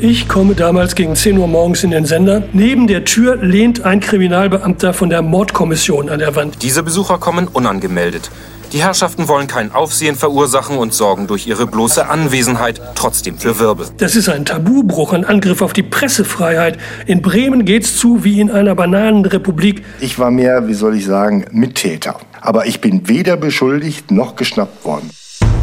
Ich komme damals gegen 10 Uhr morgens in den Sender. Neben der Tür lehnt ein Kriminalbeamter von der Mordkommission an der Wand. Diese Besucher kommen unangemeldet. Die Herrschaften wollen kein Aufsehen verursachen und sorgen durch ihre bloße Anwesenheit trotzdem für Wirbel. Das ist ein Tabubruch, ein Angriff auf die Pressefreiheit. In Bremen geht's zu wie in einer Bananenrepublik. Ich war mehr, wie soll ich sagen, Mittäter. Aber ich bin weder beschuldigt noch geschnappt worden.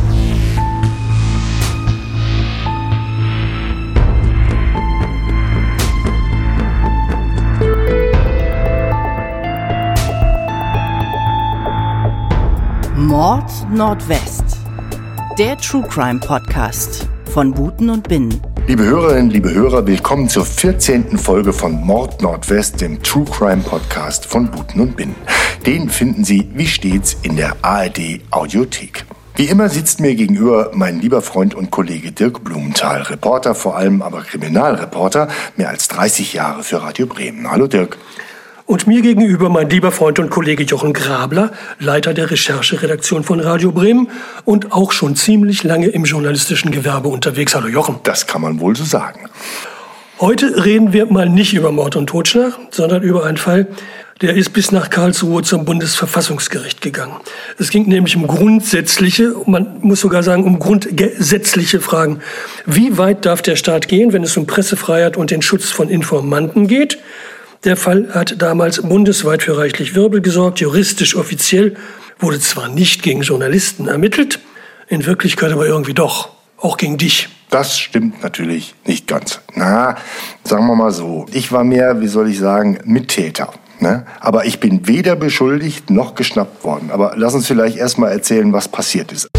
Mord Nordwest, der True Crime Podcast von Buten und Binnen. Liebe Hörerinnen, liebe Hörer, willkommen zur 14. Folge von Mord Nordwest, dem True Crime Podcast von Buten und Binnen. Den finden Sie wie stets in der ARD Audiothek. Wie immer sitzt mir gegenüber mein lieber Freund und Kollege Dirk Blumenthal, Reporter, vor allem aber Kriminalreporter, mehr als 30 Jahre für Radio Bremen. Hallo Dirk. Und mir gegenüber mein lieber Freund und Kollege Jochen Grabler, Leiter der Rechercheredaktion von Radio Bremen und auch schon ziemlich lange im journalistischen Gewerbe unterwegs. Hallo Jochen. Das kann man wohl so sagen. Heute reden wir mal nicht über Mord und Totschlag, sondern über einen Fall, der ist bis nach Karlsruhe zum Bundesverfassungsgericht gegangen. Es ging nämlich um grundsätzliche, man muss sogar sagen, um grundgesetzliche Fragen. Wie weit darf der Staat gehen, wenn es um Pressefreiheit und den Schutz von Informanten geht? Der Fall hat damals bundesweit für reichlich Wirbel gesorgt. Juristisch offiziell wurde zwar nicht gegen Journalisten ermittelt, in Wirklichkeit aber irgendwie doch, auch gegen dich. Das stimmt natürlich nicht ganz. Na, sagen wir mal so, ich war mehr, wie soll ich sagen, Mittäter. Ne? Aber ich bin weder beschuldigt noch geschnappt worden. Aber lass uns vielleicht erstmal erzählen, was passiert ist.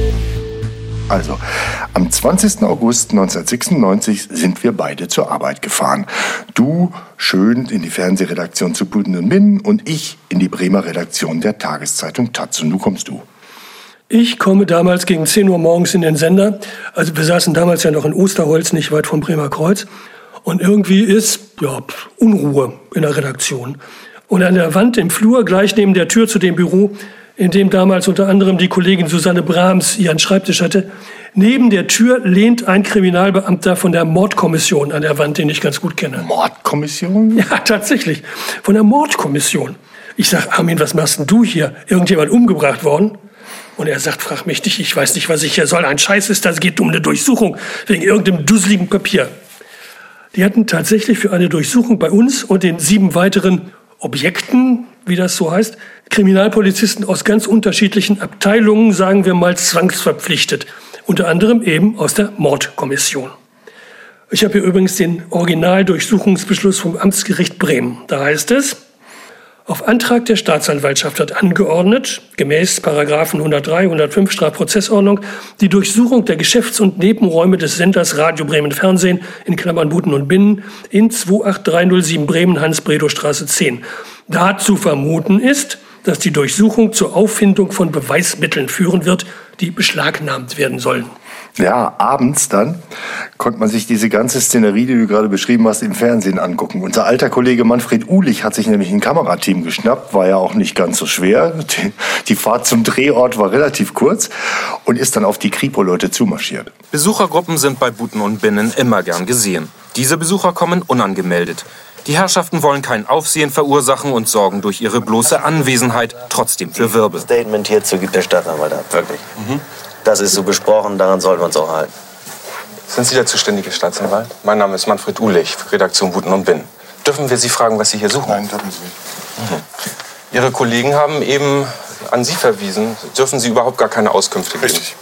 Also, am 20. August 1996 sind wir beide zur Arbeit gefahren. Du schön in die Fernsehredaktion zu Buten und Binnen und ich in die Bremer Redaktion der Tageszeitung taz. Und nun kommst du. Ich komme damals gegen 10 Uhr morgens in den Sender. Also wir saßen damals ja noch in Osterholz, nicht weit vom Bremer Kreuz. Und irgendwie ist Unruhe in der Redaktion. Und an der Wand im Flur, gleich neben der Tür zu dem Büro, in dem damals unter anderem die Kollegin Susanne Brahms ihren Schreibtisch hatte. Neben der Tür lehnt ein Kriminalbeamter von der Mordkommission an der Wand, den ich ganz gut kenne. Mordkommission? Ja, tatsächlich. Von der Mordkommission. Ich sag, Armin, was machst denn du hier? Irgendjemand umgebracht worden? Und er sagt, frag mich nicht, ich weiß nicht, was ich hier soll. Ein Scheiß ist das, geht um eine Durchsuchung wegen irgendeinem dusseligen Papier. Die hatten tatsächlich für eine Durchsuchung bei uns und den 7 weiteren Objekten, wie das so heißt, Kriminalpolizisten aus ganz unterschiedlichen Abteilungen, sagen wir mal, zwangsverpflichtet. Unter anderem eben aus der Mordkommission. Ich habe hier übrigens den Originaldurchsuchungsbeschluss vom Amtsgericht Bremen. Da heißt es, auf Antrag der Staatsanwaltschaft hat angeordnet, gemäß Paragraphen 103, 105 Strafprozessordnung, die Durchsuchung der Geschäfts- und Nebenräume des Senders Radio Bremen Fernsehen, in Klammern Buten und Binnen, in 28307 Bremen, Hans-Bredow-Straße 10. Da zu vermuten ist, dass die Durchsuchung zur Auffindung von Beweismitteln führen wird, die beschlagnahmt werden sollen. Ja, abends dann konnte man sich diese ganze Szenerie, die du gerade beschrieben hast, im Fernsehen angucken. Unser alter Kollege Manfred Uhlich hat sich nämlich ein Kamerateam geschnappt, war ja auch nicht ganz so schwer. Die Fahrt zum Drehort war relativ kurz und ist dann auf die Kripo-Leute zumarschiert. Besuchergruppen sind bei Buten und Binnen immer gern gesehen. Diese Besucher kommen unangemeldet. Die Herrschaften wollen kein Aufsehen verursachen und sorgen durch ihre bloße Anwesenheit trotzdem für Wirbel. Statement hierzu gibt der Staatsanwalt ab, wirklich. Das ist so besprochen, daran sollten wir uns auch halten. Sind Sie der zuständige Staatsanwalt? Mein Name ist Manfred Uhlich, Redaktion Buten und Binnen. Dürfen wir Sie fragen, was Sie hier suchen? Nein, dürfen Sie nicht. Ihre Kollegen haben eben an Sie verwiesen. Dürfen Sie überhaupt gar keine Auskünfte geben? Richtig.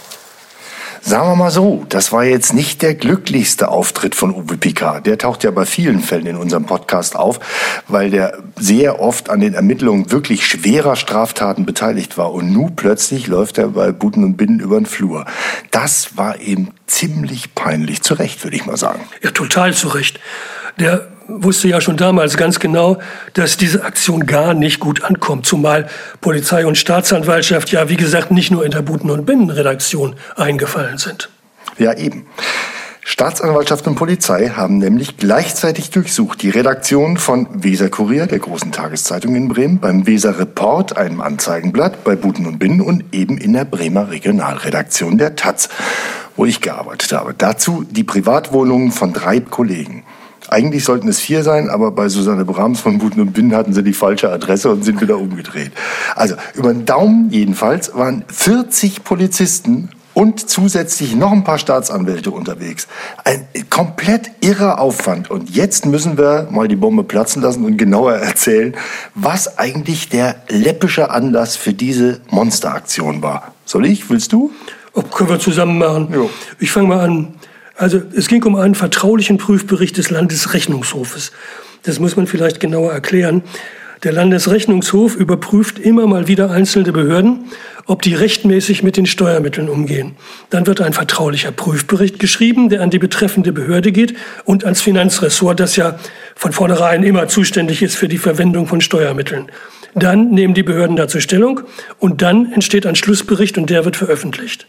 Sagen wir mal so, das war jetzt nicht der glücklichste Auftritt von Uwe Picard. Der taucht ja bei vielen Fällen in unserem Podcast auf, weil der sehr oft an den Ermittlungen wirklich schwerer Straftaten beteiligt war. Und nun plötzlich läuft er bei Buten und Binnen über den Flur. Das war ihm ziemlich peinlich. Zu Recht, würde ich mal sagen. Ja, total zu Recht. Der wusste ja schon damals ganz genau, dass diese Aktion gar nicht gut ankommt. Zumal Polizei und Staatsanwaltschaft ja, wie gesagt, nicht nur in der Buten- und Binnenredaktion eingefallen sind. Ja, eben. Staatsanwaltschaft und Polizei haben nämlich gleichzeitig durchsucht die Redaktion von Weser-Kurier, der großen Tageszeitung in Bremen, beim Weser-Report, einem Anzeigenblatt, bei Buten und Binnen und eben in der Bremer Regionalredaktion der taz. wo ich gearbeitet habe. Dazu die Privatwohnungen von 3 Kollegen. Eigentlich sollten es 4 sein, aber bei Susanne Brahms von Buten und Binnen hatten sie die falsche Adresse und sind wieder umgedreht. Also über den Daumen jedenfalls waren 40 Polizisten und zusätzlich noch ein paar Staatsanwälte unterwegs. Ein komplett irrer Aufwand. Und jetzt müssen wir mal die Bombe platzen lassen und genauer erzählen, was eigentlich der läppische Anlass für diese Monsteraktion war. Soll ich? Willst du? Können wir zusammen machen. Jo. Ich fange mal an. Also es ging um einen vertraulichen Prüfbericht des Landesrechnungshofes. Das muss man vielleicht genauer erklären. Der Landesrechnungshof überprüft immer mal wieder einzelne Behörden, ob die rechtmäßig mit den Steuermitteln umgehen. Dann wird ein vertraulicher Prüfbericht geschrieben, der an die betreffende Behörde geht und ans Finanzressort, das ja von vornherein immer zuständig ist für die Verwendung von Steuermitteln. Dann nehmen die Behörden dazu Stellung und dann entsteht ein Schlussbericht und der wird veröffentlicht.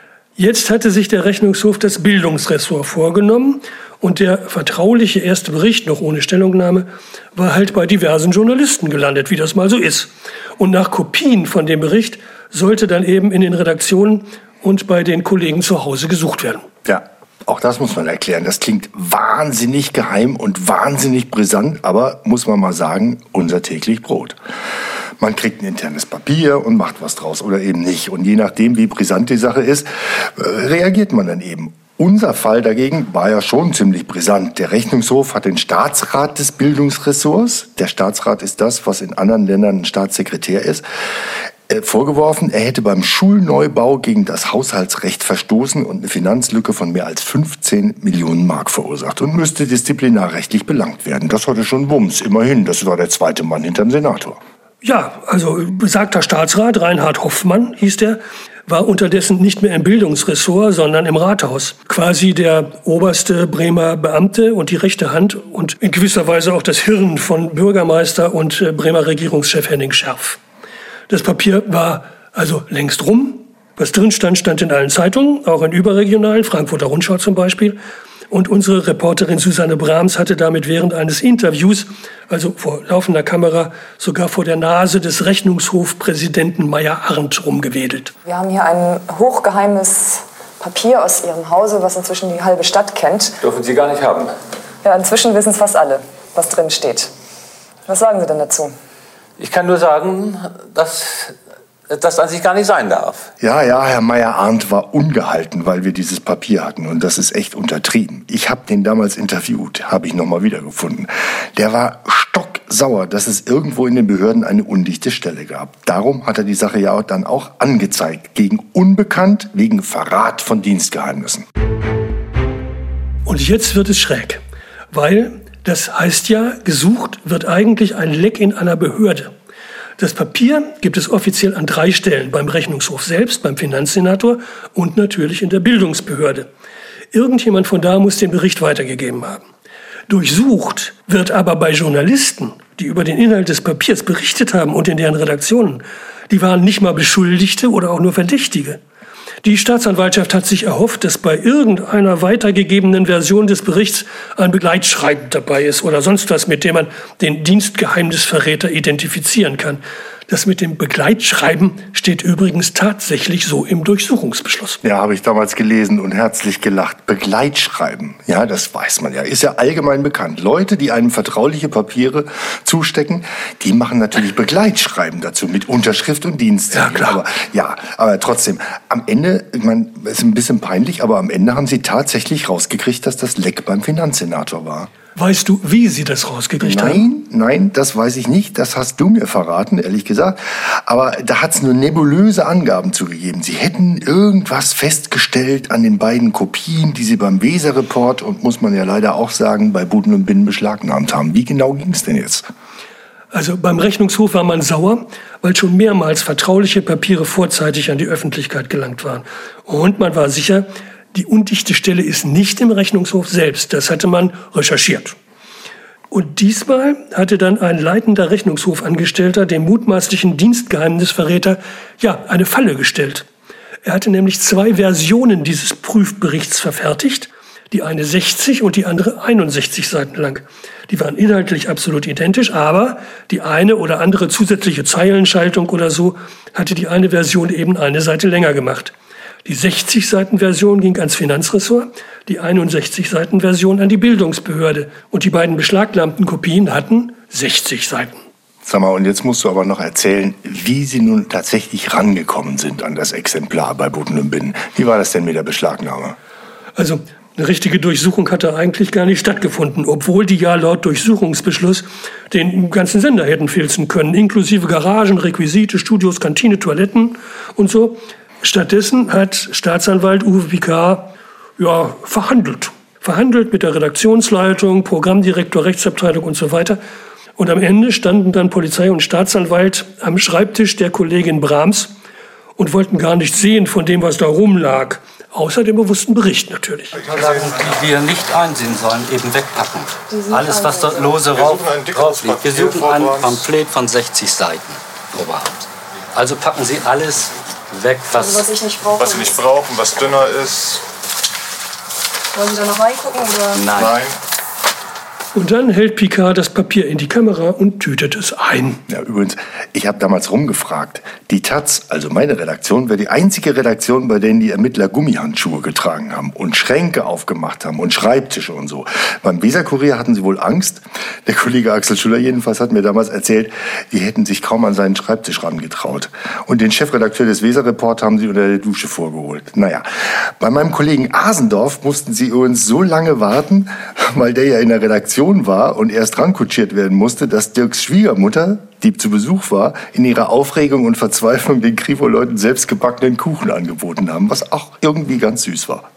Jetzt hatte sich der Rechnungshof das Bildungsressort vorgenommen und der vertrauliche erste Bericht, noch ohne Stellungnahme, war halt bei diversen Journalisten gelandet, wie das mal so ist. Und nach Kopien von dem Bericht sollte dann eben in den Redaktionen und bei den Kollegen zu Hause gesucht werden. Ja, auch das muss man erklären. Das klingt wahnsinnig geheim und wahnsinnig brisant, aber muss man mal sagen, unser täglich Brot. Man kriegt ein internes Papier und macht was draus oder eben nicht. Und je nachdem, wie brisant die Sache ist, reagiert man dann eben. Unser Fall dagegen war ja schon ziemlich brisant. Der Rechnungshof hat den Staatsrat des Bildungsressorts, der Staatsrat ist das, was in anderen Ländern ein Staatssekretär ist, vorgeworfen, er hätte beim Schulneubau gegen das Haushaltsrecht verstoßen und eine Finanzlücke von mehr als 15 Millionen Mark verursacht und müsste disziplinarrechtlich belangt werden. Das hatte schon Wumms, immerhin. Das war der zweite Mann hinterm Senator. Ja, also besagter Staatsrat, Reinhard Hoffmann hieß der, war unterdessen nicht mehr im Bildungsressort, sondern im Rathaus. Quasi der oberste Bremer Beamte und die rechte Hand und in gewisser Weise auch das Hirn von Bürgermeister und Bremer Regierungschef Henning Scherf. Das Papier war also längst rum. Was drin stand, stand in allen Zeitungen, auch in überregionalen, Frankfurter Rundschau zum Beispiel. Und unsere Reporterin Susanne Brahms hatte damit während eines Interviews, also vor laufender Kamera, sogar vor der Nase des Rechnungshofpräsidenten Meyer-Arndt rumgewedelt. Wir haben hier ein hochgeheimes Papier aus Ihrem Hause, was inzwischen die halbe Stadt kennt. Dürfen Sie gar nicht haben. Ja, inzwischen wissen es fast alle, was drin steht. Was sagen Sie denn dazu? Ich kann nur sagen, dass das an sich gar nicht sein darf. Ja, Herr Meyer-Arndt war ungehalten, weil wir dieses Papier hatten. Und das ist echt untertrieben. Ich habe den damals interviewt, habe ich nochmal wiedergefunden. Der war stocksauer, dass es irgendwo in den Behörden eine undichte Stelle gab. Darum hat er die Sache ja dann auch angezeigt. Gegen Unbekannt, wegen Verrat von Dienstgeheimnissen. Und jetzt wird es schräg. Weil das heißt ja, gesucht wird eigentlich ein Leck in einer Behörde. Das Papier gibt es offiziell an 3 Stellen, beim Rechnungshof selbst, beim Finanzsenator und natürlich in der Bildungsbehörde. Irgendjemand von da muss den Bericht weitergegeben haben. Durchsucht wird aber bei Journalisten, die über den Inhalt des Papiers berichtet haben und in deren Redaktionen. Die waren nicht mal Beschuldigte oder auch nur Verdächtige. Die Staatsanwaltschaft hat sich erhofft, dass bei irgendeiner weitergegebenen Version des Berichts ein Begleitschreiben dabei ist oder sonst was, mit dem man den Dienstgeheimnisverräter identifizieren kann. Das mit dem Begleitschreiben steht übrigens tatsächlich so im Durchsuchungsbeschluss. Ja, habe ich damals gelesen und herzlich gelacht. Begleitschreiben, ja, das weiß man ja, ist ja allgemein bekannt. Leute, die einem vertrauliche Papiere zustecken, die machen natürlich Begleitschreiben dazu mit Unterschrift und Dienstsiegel. Ja, klar. Aber trotzdem, am Ende, ich meine, ist ein bisschen peinlich, aber am Ende haben sie tatsächlich rausgekriegt, dass das Leck beim Finanzsenator war. Weißt du, wie sie das rausgekriegt haben? Nein, das weiß ich nicht. Das hast du mir verraten, ehrlich gesagt. Aber da hat es nur nebulöse Angaben zugegeben. Sie hätten irgendwas festgestellt an den beiden Kopien, die sie beim Weser-Report und, muss man ja leider auch sagen, bei Buten und Binnen beschlagnahmt haben. Wie genau ging es denn jetzt? Also beim Rechnungshof war man sauer, weil schon mehrmals vertrauliche Papiere vorzeitig an die Öffentlichkeit gelangt waren. Und man war sicher, die undichte Stelle ist nicht im Rechnungshof selbst. Das hatte man recherchiert. Und diesmal hatte dann ein leitender Rechnungshofangestellter dem mutmaßlichen Dienstgeheimnisverräter eine Falle gestellt. Er hatte nämlich 2 Versionen dieses Prüfberichts verfertigt. Die eine 60 und die andere 61 Seiten lang. Die waren inhaltlich absolut identisch, aber die eine oder andere zusätzliche Zeilenschaltung oder so hatte die eine Version eben eine Seite länger gemacht. Die 60-Seiten-Version ging ans Finanzressort, die 61-Seiten-Version an die Bildungsbehörde. Und die beiden beschlagnahmten Kopien hatten 60 Seiten. Sag mal, und jetzt musst du aber noch erzählen, wie Sie nun tatsächlich rangekommen sind an das Exemplar bei Buthen und Binnen. Wie war das denn mit der Beschlagnahme? Also, eine richtige Durchsuchung hatte eigentlich gar nicht stattgefunden, obwohl die ja laut Durchsuchungsbeschluss den ganzen Sender hätten filzen können, inklusive Garagen, Requisite, Studios, Kantine, Toiletten und so. Stattdessen hat Staatsanwalt Uwe Picard verhandelt. Verhandelt mit der Redaktionsleitung, Programmdirektor, Rechtsabteilung und so weiter. Und am Ende standen dann Polizei und Staatsanwalt am Schreibtisch der Kollegin Brahms und wollten gar nicht sehen von dem, was da rumlag. Außer dem bewussten Bericht natürlich. Unterlagen, die wir nicht einsehen sollen, eben wegpacken. Alles, was dort lose drauf liegt. Wir suchen ein Pamphlet von 60 Seiten überhaupt. Also packen Sie alles weg, was ich nicht brauche. Was Sie nicht brauchen, was dünner ist. Wollen Sie da noch reingucken? Oder? Nein. Und dann hält Picard das Papier in die Kamera und tütet es ein. Ja, übrigens, ich habe damals rumgefragt. Die Taz, also meine Redaktion, wäre die einzige Redaktion, bei denen die Ermittler Gummihandschuhe getragen haben und Schränke aufgemacht haben und Schreibtische und so. Beim Weser-Kurier hatten sie wohl Angst. Der Kollege Axel Schüller jedenfalls hat mir damals erzählt, die hätten sich kaum an seinen Schreibtisch rangetraut. Und den Chefredakteur des Weser-Report haben sie unter der Dusche vorgeholt. Naja, bei meinem Kollegen Asendorf mussten sie übrigens so lange warten, weil der ja in der Redaktion war und erst rankutschiert werden musste, dass Dirks Schwiegermutter, die zu Besuch war, in ihrer Aufregung und Verzweiflung den Krivo-Leuten selbstgebackenen Kuchen angeboten haben, was auch irgendwie ganz süß war.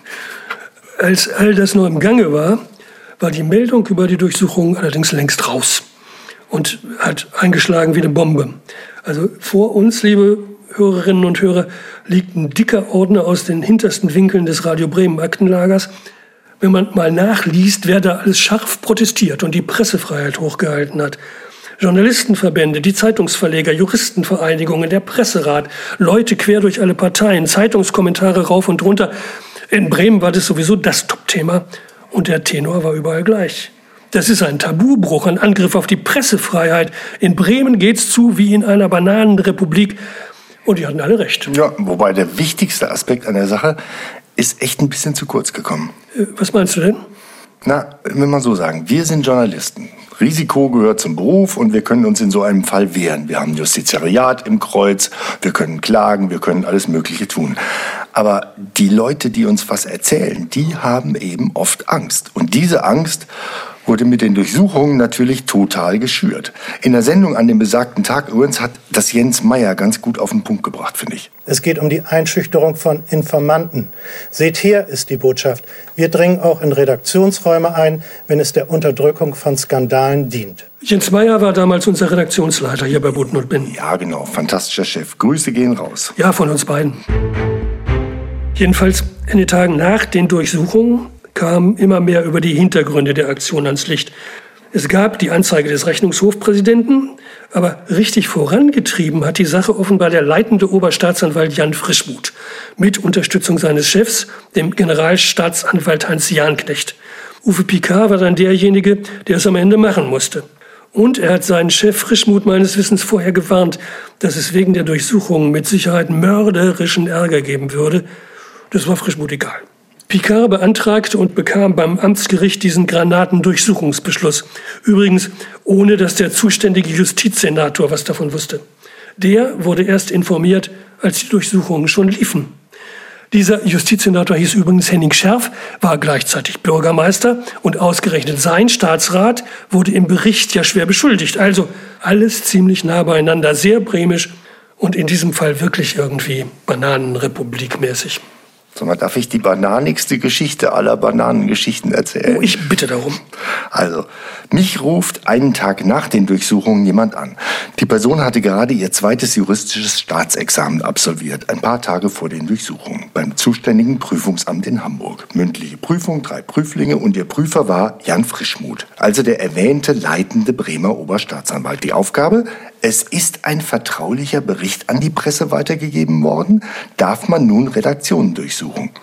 Als all das noch im Gange war, war die Meldung über die Durchsuchung allerdings längst raus und hat eingeschlagen wie eine Bombe. Also vor uns, liebe Hörerinnen und Hörer, liegt ein dicker Ordner aus den hintersten Winkeln des Radio Bremen Aktenlagers. Wenn man mal nachliest, wer da alles scharf protestiert und die Pressefreiheit hochgehalten hat. Journalistenverbände, die Zeitungsverleger, Juristenvereinigungen, der Presserat, Leute quer durch alle Parteien, Zeitungskommentare rauf und runter. In Bremen war das sowieso das Top-Thema und der Tenor war überall gleich. Das ist ein Tabubruch, ein Angriff auf die Pressefreiheit. In Bremen geht's zu wie in einer Bananenrepublik und die hatten alle recht. Ja, wobei der wichtigste Aspekt an der Sache ist echt ein bisschen zu kurz gekommen. Was meinst du denn? Na, wenn man so sagen, wir sind Journalisten. Risiko gehört zum Beruf und wir können uns in so einem Fall wehren. Wir haben ein Justiziariat im Kreuz, wir können klagen, wir können alles Mögliche tun. Aber die Leute, die uns was erzählen, die haben eben oft Angst. Und diese Angst wurde mit den Durchsuchungen natürlich total geschürt. In der Sendung an dem besagten Tag übrigens hat das Jens Meyer ganz gut auf den Punkt gebracht, finde ich. Es geht um die Einschüchterung von Informanten. Seht hier ist die Botschaft. Wir dringen auch in Redaktionsräume ein, wenn es der Unterdrückung von Skandalen dient. Jens Meyer war damals unser Redaktionsleiter hier bei Buthen und Binnen. Ja, genau. Fantastischer Chef. Grüße gehen raus. Ja, von uns beiden. Jedenfalls in den Tagen nach den Durchsuchungen kam immer mehr über die Hintergründe der Aktion ans Licht. Es gab die Anzeige des Rechnungshofpräsidenten, aber richtig vorangetrieben hat die Sache offenbar der leitende Oberstaatsanwalt Jan Frischmuth mit Unterstützung seines Chefs, dem Generalstaatsanwalt Hans Jahnknecht. Uwe Picard war dann derjenige, der es am Ende machen musste. Und er hat seinen Chef Frischmuth meines Wissens vorher gewarnt, dass es wegen der Durchsuchungen mit Sicherheit mörderischen Ärger geben würde. Das war Frischmuth egal. Picard beantragte und bekam beim Amtsgericht diesen Granatendurchsuchungsbeschluss. Übrigens, ohne dass der zuständige Justizsenator was davon wusste. Der wurde erst informiert, als die Durchsuchungen schon liefen. Dieser Justizsenator hieß übrigens Henning Scherf, war gleichzeitig Bürgermeister und ausgerechnet sein Staatsrat wurde im Bericht ja schwer beschuldigt. Also alles ziemlich nah beieinander, sehr bremisch und in diesem Fall wirklich irgendwie Bananenrepublik-mäßig. Sag mal, darf ich die bananigste Geschichte aller Bananengeschichten erzählen? Oh, ich bitte darum. Also, mich ruft einen Tag nach den Durchsuchungen jemand an. Die Person hatte gerade ihr zweites juristisches Staatsexamen absolviert, ein paar Tage vor den Durchsuchungen, beim zuständigen Prüfungsamt in Hamburg. Mündliche Prüfung, 3 Prüflinge und ihr Prüfer war Jan Frischmuth, also der erwähnte leitende Bremer Oberstaatsanwalt. Die Aufgabe? Es ist ein vertraulicher Bericht an die Presse weitergegeben worden, darf man nun Redaktionen durchsuchen.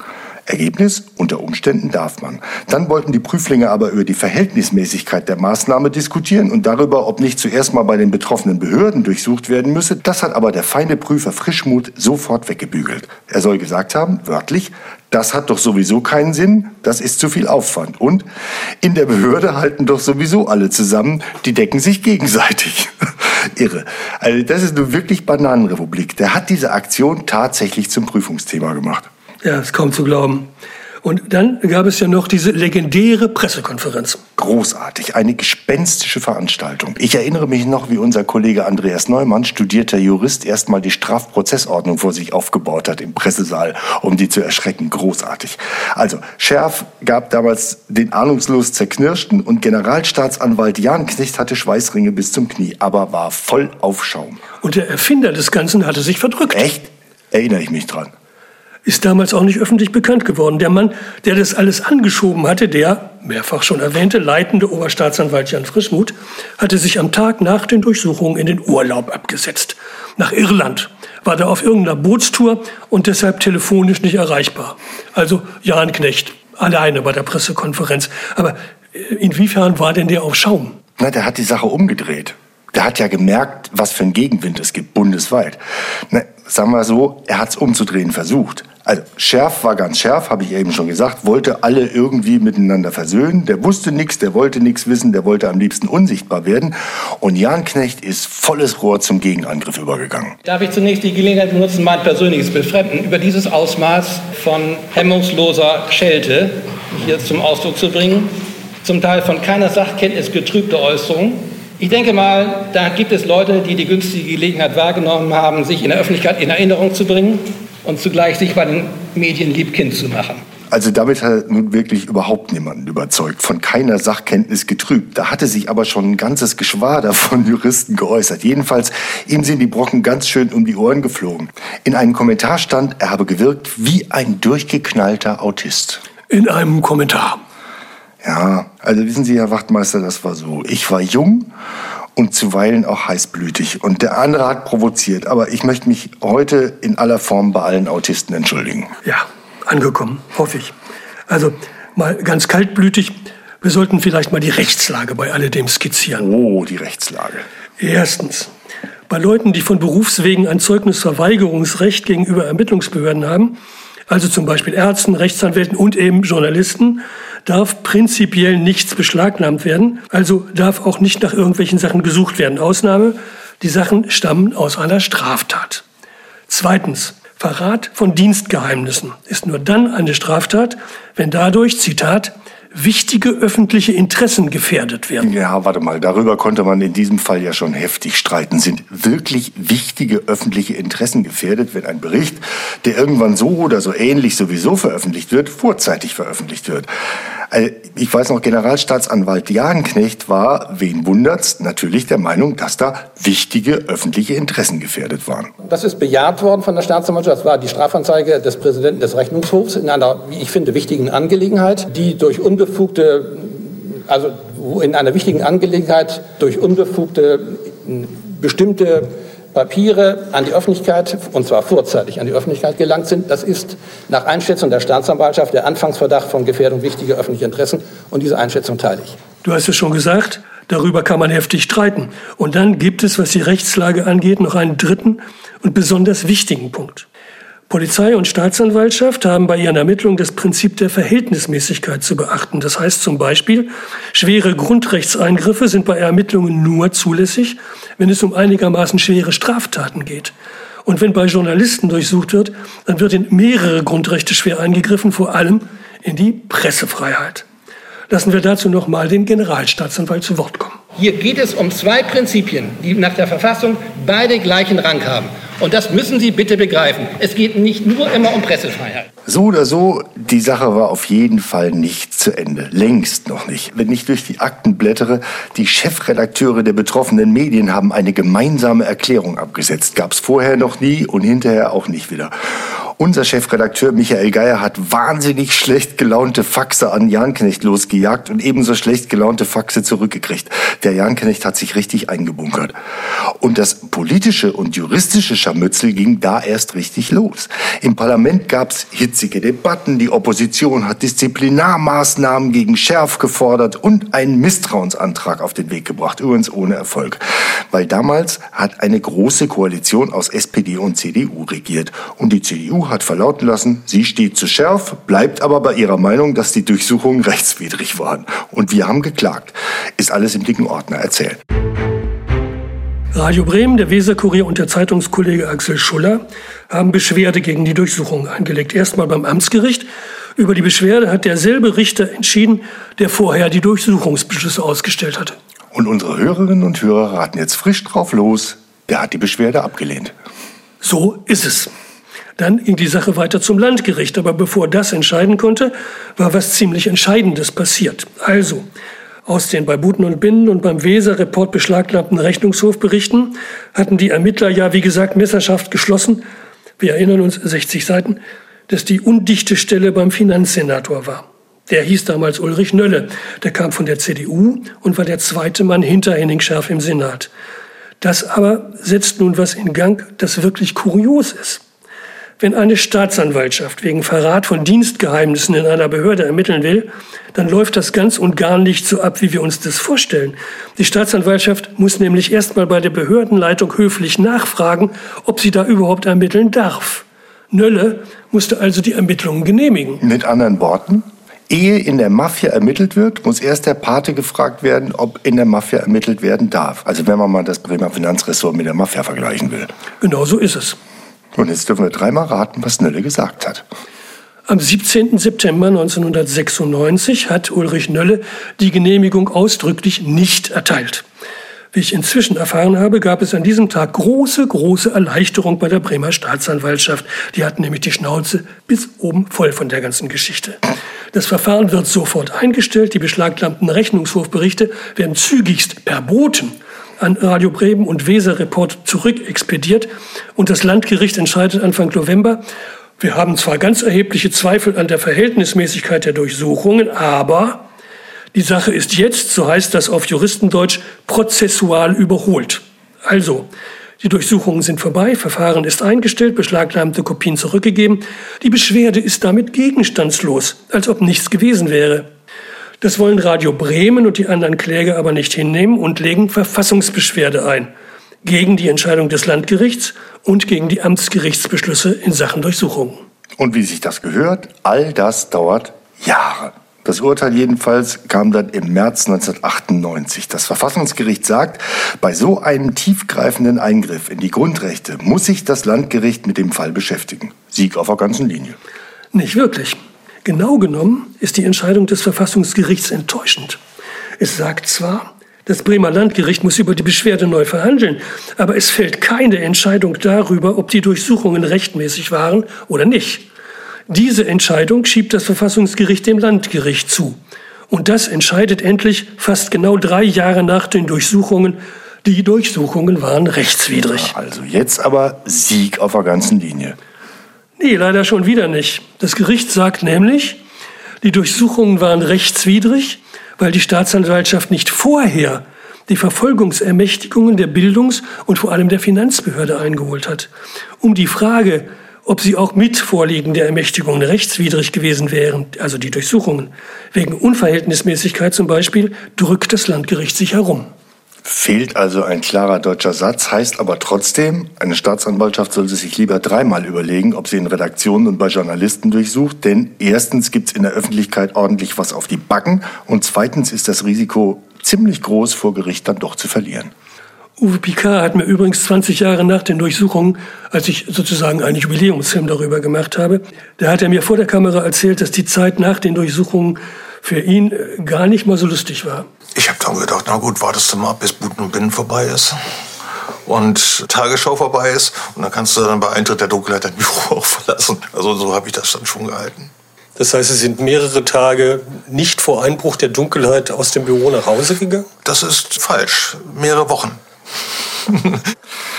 Ergebnis, unter Umständen darf man. Dann wollten die Prüflinge aber über die Verhältnismäßigkeit der Maßnahme diskutieren und darüber, ob nicht zuerst mal bei den betroffenen Behörden durchsucht werden müsse. Das hat aber der feine Prüfer Frischmuth sofort weggebügelt. Er soll gesagt haben, wörtlich, das hat doch sowieso keinen Sinn, das ist zu viel Aufwand. Und in der Behörde halten doch sowieso alle zusammen, die decken sich gegenseitig. Irre. Also das ist eine wirklich Bananenrepublik. Der hat diese Aktion tatsächlich zum Prüfungsthema gemacht. Ja, ist kaum zu glauben. Und dann gab es ja noch diese legendäre Pressekonferenz. Großartig, eine gespenstische Veranstaltung. Ich erinnere mich noch, wie unser Kollege Andreas Neumann, studierter Jurist, erstmal die Strafprozessordnung vor sich aufgebaut hat im Pressesaal, um die zu erschrecken. Großartig. Also, Scherf gab damals den ahnungslos Zerknirschten und Generalstaatsanwalt Jan Knecht hatte Schweißringe bis zum Knie, aber war voll auf Schaum. Und der Erfinder des Ganzen hatte sich verdrückt. Echt? Erinnere ich mich dran. Ist damals auch nicht öffentlich bekannt geworden. Der Mann, der das alles angeschoben hatte, der, mehrfach schon erwähnte, leitende Oberstaatsanwalt Jan Frischmuth, hatte sich am Tag nach den Durchsuchungen in den Urlaub abgesetzt. Nach Irland. War da auf irgendeiner Bootstour und deshalb telefonisch nicht erreichbar. Also Jan Knecht, alleine bei der Pressekonferenz. Aber inwiefern war denn der auf Schaum? Na, der hat die Sache umgedreht. Der hat ja gemerkt, was für einen Gegenwind es gibt, bundesweit. Na, sagen wir so, er hat's umzudrehen versucht. Also Scherf war ganz scharf, habe ich eben schon gesagt, wollte alle irgendwie miteinander versöhnen. Der wusste nichts, der wollte nichts wissen, der wollte am liebsten unsichtbar werden. Und Jan Knecht ist volles Rohr zum Gegenangriff übergegangen. Darf ich zunächst die Gelegenheit benutzen, mein persönliches Befremden über dieses Ausmaß von hemmungsloser Schelte hier zum Ausdruck zu bringen. Zum Teil von keiner Sachkenntnis getrübte Äußerungen. Ich denke mal, da gibt es Leute, die die günstige Gelegenheit wahrgenommen haben, sich in der Öffentlichkeit in Erinnerung zu bringen und zugleich sich bei den Medien liebkind zu machen. Also damit hat er nun wirklich überhaupt niemanden überzeugt, von keiner Sachkenntnis getrübt. Da hatte sich aber schon ein ganzes Geschwader von Juristen geäußert. Jedenfalls, ihm sind die Brocken ganz schön um die Ohren geflogen. In einem Kommentar stand, er habe gewirkt wie ein durchgeknallter Autist. In einem Kommentar. Ja, also wissen Sie, Herr Wachtmeister, das war so. Ich war jung und zuweilen auch heißblütig. Und der andere hat provoziert. Aber ich möchte mich heute in aller Form bei allen Autisten entschuldigen. Ja, angekommen, hoffe ich. Also mal ganz kaltblütig, wir sollten vielleicht mal die Rechtslage bei alledem skizzieren. Oh, die Rechtslage. Erstens, bei Leuten, die von Berufswegen ein Zeugnisverweigerungsrecht gegenüber Ermittlungsbehörden haben, also zum Beispiel Ärzten, Rechtsanwälten und eben Journalisten, darf prinzipiell nichts beschlagnahmt werden, also darf auch nicht nach irgendwelchen Sachen gesucht werden. Ausnahme, die Sachen stammen aus einer Straftat. Zweitens, Verrat von Dienstgeheimnissen ist nur dann eine Straftat, wenn dadurch, Zitat, wichtige öffentliche Interessen gefährdet werden. Ja, warte mal, darüber konnte man in diesem Fall ja schon heftig streiten. Sind wirklich wichtige öffentliche Interessen gefährdet, wenn ein Bericht, der irgendwann so oder so ähnlich sowieso veröffentlicht wird, vorzeitig veröffentlicht wird? Ich weiß noch, Generalstaatsanwalt Jan Knecht war, wen wundert's, natürlich der Meinung, dass da wichtige öffentliche Interessen gefährdet waren. Das ist bejaht worden von der Staatsanwaltschaft. Das war die Strafanzeige des Präsidenten des Rechnungshofs in einer, wie ich finde, wichtigen Angelegenheit, die durch unbefugte, also in einer wichtigen Angelegenheit durch unbefugte bestimmte Papiere an die Öffentlichkeit, und zwar vorzeitig an die Öffentlichkeit gelangt sind. Das ist nach Einschätzung der Staatsanwaltschaft der Anfangsverdacht von Gefährdung wichtiger öffentlicher Interessen. Und diese Einschätzung teile ich. Du hast es schon gesagt, darüber kann man heftig streiten. Und dann gibt es, was die Rechtslage angeht, noch einen dritten und besonders wichtigen Punkt. Polizei und Staatsanwaltschaft haben bei ihren Ermittlungen das Prinzip der Verhältnismäßigkeit zu beachten. Das heißt zum Beispiel, schwere Grundrechtseingriffe sind bei Ermittlungen nur zulässig, wenn es um einigermaßen schwere Straftaten geht. Und wenn bei Journalisten durchsucht wird, dann wird in mehrere Grundrechte schwer eingegriffen, vor allem in die Pressefreiheit. Lassen wir dazu noch mal den Generalstaatsanwalt zu Wort kommen. Hier geht es um zwei Prinzipien, die nach der Verfassung beide gleichen Rang haben. Und das müssen Sie bitte begreifen. Es geht nicht nur immer um Pressefreiheit. So oder so, die Sache war auf jeden Fall nicht zu Ende. Längst noch nicht. Wenn ich durch die Akten blättere, die Chefredakteure der betroffenen Medien haben eine gemeinsame Erklärung abgesetzt. Gab's vorher noch nie und hinterher auch nicht wieder. Unser Chefredakteur Michael Geier hat wahnsinnig schlecht gelaunte Faxe an Janknecht losgejagt und ebenso schlecht gelaunte Faxe zurückgekriegt. Der Janknecht hat sich richtig eingebunkert. Und das politische und juristische Scharmützel ging da erst richtig los. Im Parlament gab's hitzige Debatten, die Opposition hat Disziplinarmaßnahmen gegen Scherf gefordert und einen Misstrauensantrag auf den Weg gebracht, übrigens ohne Erfolg. Weil damals hat eine große Koalition aus SPD und CDU regiert. Und die CDU hat verlauten lassen, sie steht zu Scherf, bleibt aber bei ihrer Meinung, dass die Durchsuchungen rechtswidrig waren. Und wir haben geklagt. Ist alles im dicken Ordner erzählt. Radio Bremen, der Weser-Kurier und der Zeitungskollege Axel Schuller haben Beschwerde gegen die Durchsuchung eingelegt. Erstmal beim Amtsgericht. Über die Beschwerde hat derselbe Richter entschieden, der vorher die Durchsuchungsbeschlüsse ausgestellt hatte. Und unsere Hörerinnen und Hörer raten jetzt frisch drauf los. Der hat die Beschwerde abgelehnt. So ist es. Dann ging die Sache weiter zum Landgericht. Aber bevor das entscheiden konnte, war was ziemlich Entscheidendes passiert. Also, aus den bei Buten und Binnen und beim Weser-Report beschlagnahmten Rechnungshofberichten hatten die Ermittler ja, wie gesagt, messerscharf geschlossen, wir erinnern uns, 60 Seiten, dass die undichte Stelle beim Finanzsenator war. Der hieß damals Ulrich Nölle. Der kam von der CDU und war der zweite Mann hinter Henning Scherf im Senat. Das aber setzt nun was in Gang, das wirklich kurios ist. Wenn eine Staatsanwaltschaft wegen Verrat von Dienstgeheimnissen in einer Behörde ermitteln will, dann läuft das ganz und gar nicht so ab, wie wir uns das vorstellen. Die Staatsanwaltschaft muss nämlich erstmal bei der Behördenleitung höflich nachfragen, ob sie da überhaupt ermitteln darf. Nölle musste also die Ermittlungen genehmigen. Mit anderen Worten, ehe in der Mafia ermittelt wird, muss erst der Pate gefragt werden, ob in der Mafia ermittelt werden darf. Also wenn man mal das Bremer Finanzressort mit der Mafia vergleichen will. Genau so ist es. Und jetzt dürfen wir dreimal raten, was Nölle gesagt hat. Am 17. September 1996 hat Ulrich Nölle die Genehmigung ausdrücklich nicht erteilt. Wie ich inzwischen erfahren habe, gab es an diesem Tag große Erleichterung bei der Bremer Staatsanwaltschaft. Die hatten nämlich die Schnauze bis oben voll von der ganzen Geschichte. Das Verfahren wird sofort eingestellt. Die beschlagnahmten Rechnungshofberichte werden zügigst per Boten an Radio Bremen und Weser-Report zurückexpediert. Und das Landgericht entscheidet Anfang November, wir haben zwar ganz erhebliche Zweifel an der Verhältnismäßigkeit der Durchsuchungen, aber die Sache ist jetzt, so heißt das auf Juristendeutsch, prozessual überholt. Also, die Durchsuchungen sind vorbei, Verfahren ist eingestellt, beschlagnahmte Kopien zurückgegeben. Die Beschwerde ist damit gegenstandslos, als ob nichts gewesen wäre. Das wollen Radio Bremen und die anderen Kläger aber nicht hinnehmen und legen Verfassungsbeschwerde ein. Gegen die Entscheidung des Landgerichts und gegen die Amtsgerichtsbeschlüsse in Sachen Durchsuchungen. Und wie sich das gehört, all das dauert Jahre. Das Urteil jedenfalls kam dann im März 1998. Das Verfassungsgericht sagt, bei so einem tiefgreifenden Eingriff in die Grundrechte muss sich das Landgericht mit dem Fall beschäftigen. Sieg auf der ganzen Linie. Nicht wirklich. Genau genommen ist die Entscheidung des Verfassungsgerichts enttäuschend. Es sagt zwar, das Bremer Landgericht muss über die Beschwerde neu verhandeln, aber es fällt keine Entscheidung darüber, ob die Durchsuchungen rechtmäßig waren oder nicht. Diese Entscheidung schiebt das Verfassungsgericht dem Landgericht zu. Und das entscheidet endlich fast genau 3 Jahre nach den Durchsuchungen. Die Durchsuchungen waren rechtswidrig. Also jetzt aber Sieg auf der ganzen Linie. Nee, leider schon wieder nicht. Das Gericht sagt nämlich, die Durchsuchungen waren rechtswidrig, weil die Staatsanwaltschaft nicht vorher die Verfolgungsermächtigungen der Bildungs- und vor allem der Finanzbehörde eingeholt hat. Um die Frage, ob sie auch mit Vorliegen der Ermächtigungen rechtswidrig gewesen wären, also die Durchsuchungen, wegen Unverhältnismäßigkeit zum Beispiel, drückt das Landgericht sich herum. Fehlt also ein klarer deutscher Satz, heißt aber trotzdem, eine Staatsanwaltschaft sollte sich lieber 3-mal überlegen, ob sie in Redaktionen und bei Journalisten durchsucht, denn erstens gibt's in der Öffentlichkeit ordentlich was auf die Backen und zweitens ist das Risiko ziemlich groß, vor Gericht dann doch zu verlieren. Uwe Picard hat mir übrigens 20 Jahre nach den Durchsuchungen, als ich sozusagen einen Jubiläumsfilm darüber gemacht habe, da hat er mir vor der Kamera erzählt, dass die Zeit nach den Durchsuchungen für ihn gar nicht mal so lustig war. Ich habe dann gedacht, na gut, wartest du mal, bis Buten und Binnen vorbei ist und Tagesschau vorbei ist und dann kannst du dann bei Eintritt der Dunkelheit dein Büro auch verlassen. Also so habe ich das dann schon gehalten. Das heißt, Sie sind mehrere Tage nicht vor Einbruch der Dunkelheit aus dem Büro nach Hause gegangen? Das ist falsch. Mehrere Wochen.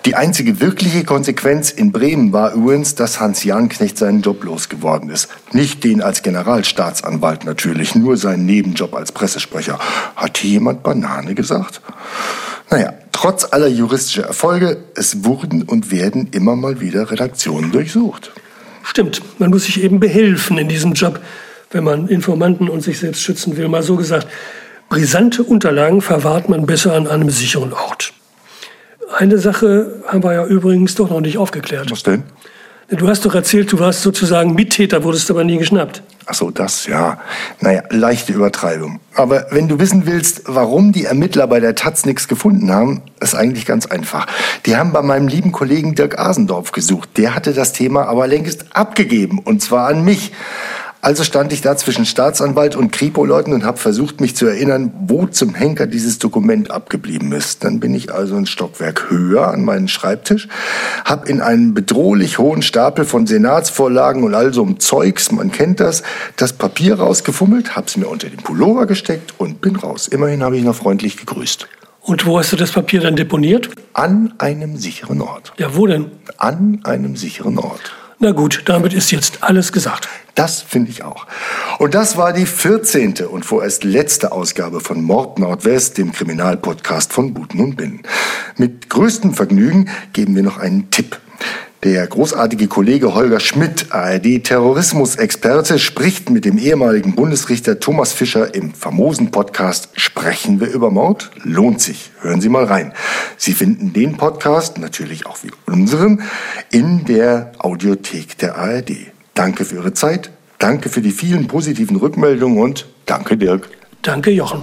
Die einzige wirkliche Konsequenz in Bremen war übrigens, dass Hans Janknecht seinen Job losgeworden ist. Nicht den als Generalstaatsanwalt natürlich, nur seinen Nebenjob als Pressesprecher. Hat hier jemand Banane gesagt? Naja, trotz aller juristischer Erfolge, es wurden und werden immer mal wieder Redaktionen durchsucht. Stimmt, man muss sich eben behelfen in diesem Job, wenn man Informanten und sich selbst schützen will. Mal so gesagt, brisante Unterlagen verwahrt man besser an einem sicheren Ort. Eine Sache haben wir ja übrigens doch noch nicht aufgeklärt. Was denn? Du hast doch erzählt, du warst sozusagen Mittäter, wurdest aber nie geschnappt. Ach so, das, ja. Naja, leichte Übertreibung. Aber wenn du wissen willst, warum die Ermittler bei der Taz nichts gefunden haben, ist eigentlich ganz einfach. Die haben bei meinem lieben Kollegen Dirk Asendorf gesucht. Der hatte das Thema aber längst abgegeben, und zwar an mich. Also stand ich da zwischen Staatsanwalt und Kripo-Leuten und habe versucht, mich zu erinnern, wo zum Henker dieses Dokument abgeblieben ist. Dann bin ich also ein Stockwerk höher an meinen Schreibtisch, habe in einen bedrohlich hohen Stapel von Senatsvorlagen und all so einem Zeugs, man kennt das Papier rausgefummelt, habe es mir unter den Pullover gesteckt und bin raus. Immerhin habe ich noch freundlich gegrüßt. Und wo hast du das Papier dann deponiert? An einem sicheren Ort. Ja, wo denn? An einem sicheren Ort. Na gut, damit ist jetzt alles gesagt. Das finde ich auch. Und das war die 14. und vorerst letzte Ausgabe von Mord Nordwest, dem Kriminalpodcast von Buten und Binnen. Mit größtem Vergnügen geben wir noch einen Tipp. Der großartige Kollege Holger Schmidt, ARD-Terrorismusexperte, spricht mit dem ehemaligen Bundesrichter Thomas Fischer im famosen Podcast Sprechen wir über Mord? Lohnt sich. Hören Sie mal rein. Sie finden den Podcast, natürlich auch wie unseren, in der Audiothek der ARD. Danke für Ihre Zeit, danke für die vielen positiven Rückmeldungen und danke Dirk. Danke Jochen.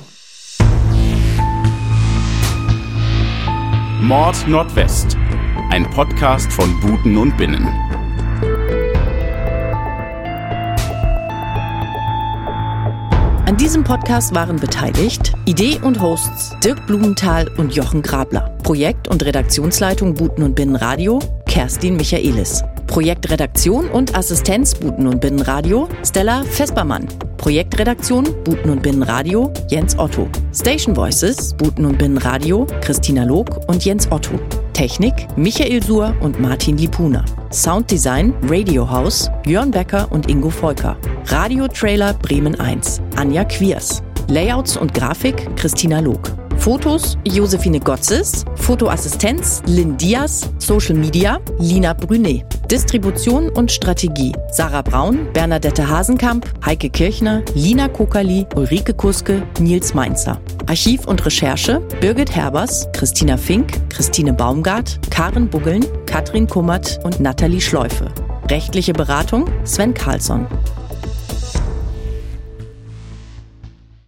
Mord Nordwest. Ein Podcast von Buten und Binnen. An diesem Podcast waren beteiligt Idee und Hosts Dirk Blumenthal und Jochen Grabler. Projekt- und Redaktionsleitung Buten und Binnen Radio Kerstin Michaelis. Projektredaktion und Assistenz Buten und Binnen Radio Stella Vespermann. Projektredaktion Buten und Binnen Radio Jens Otto. Station Voices Buten und Binnen Radio Christina Log und Jens Otto. Technik Michael Suhr und Martin Lipuna. Sounddesign Radio House Jörn Becker und Ingo Volker. Radiotrailer Bremen 1 Anja Quiers. Layouts und Grafik Christina Log. Fotos Josephine Gotzes. Fotoassistenz Lynn Diaz. Social Media Lina Brünet. Distribution und Strategie Sarah Braun, Bernadette Hasenkamp, Heike Kirchner, Lina Kokali, Ulrike Kuske, Nils Mainzer. Archiv und Recherche Birgit Herbers, Christina Fink, Christine Baumgart, Karen Buggeln, Katrin Kummert und Nathalie Schleufe. Rechtliche Beratung Sven Carlsson.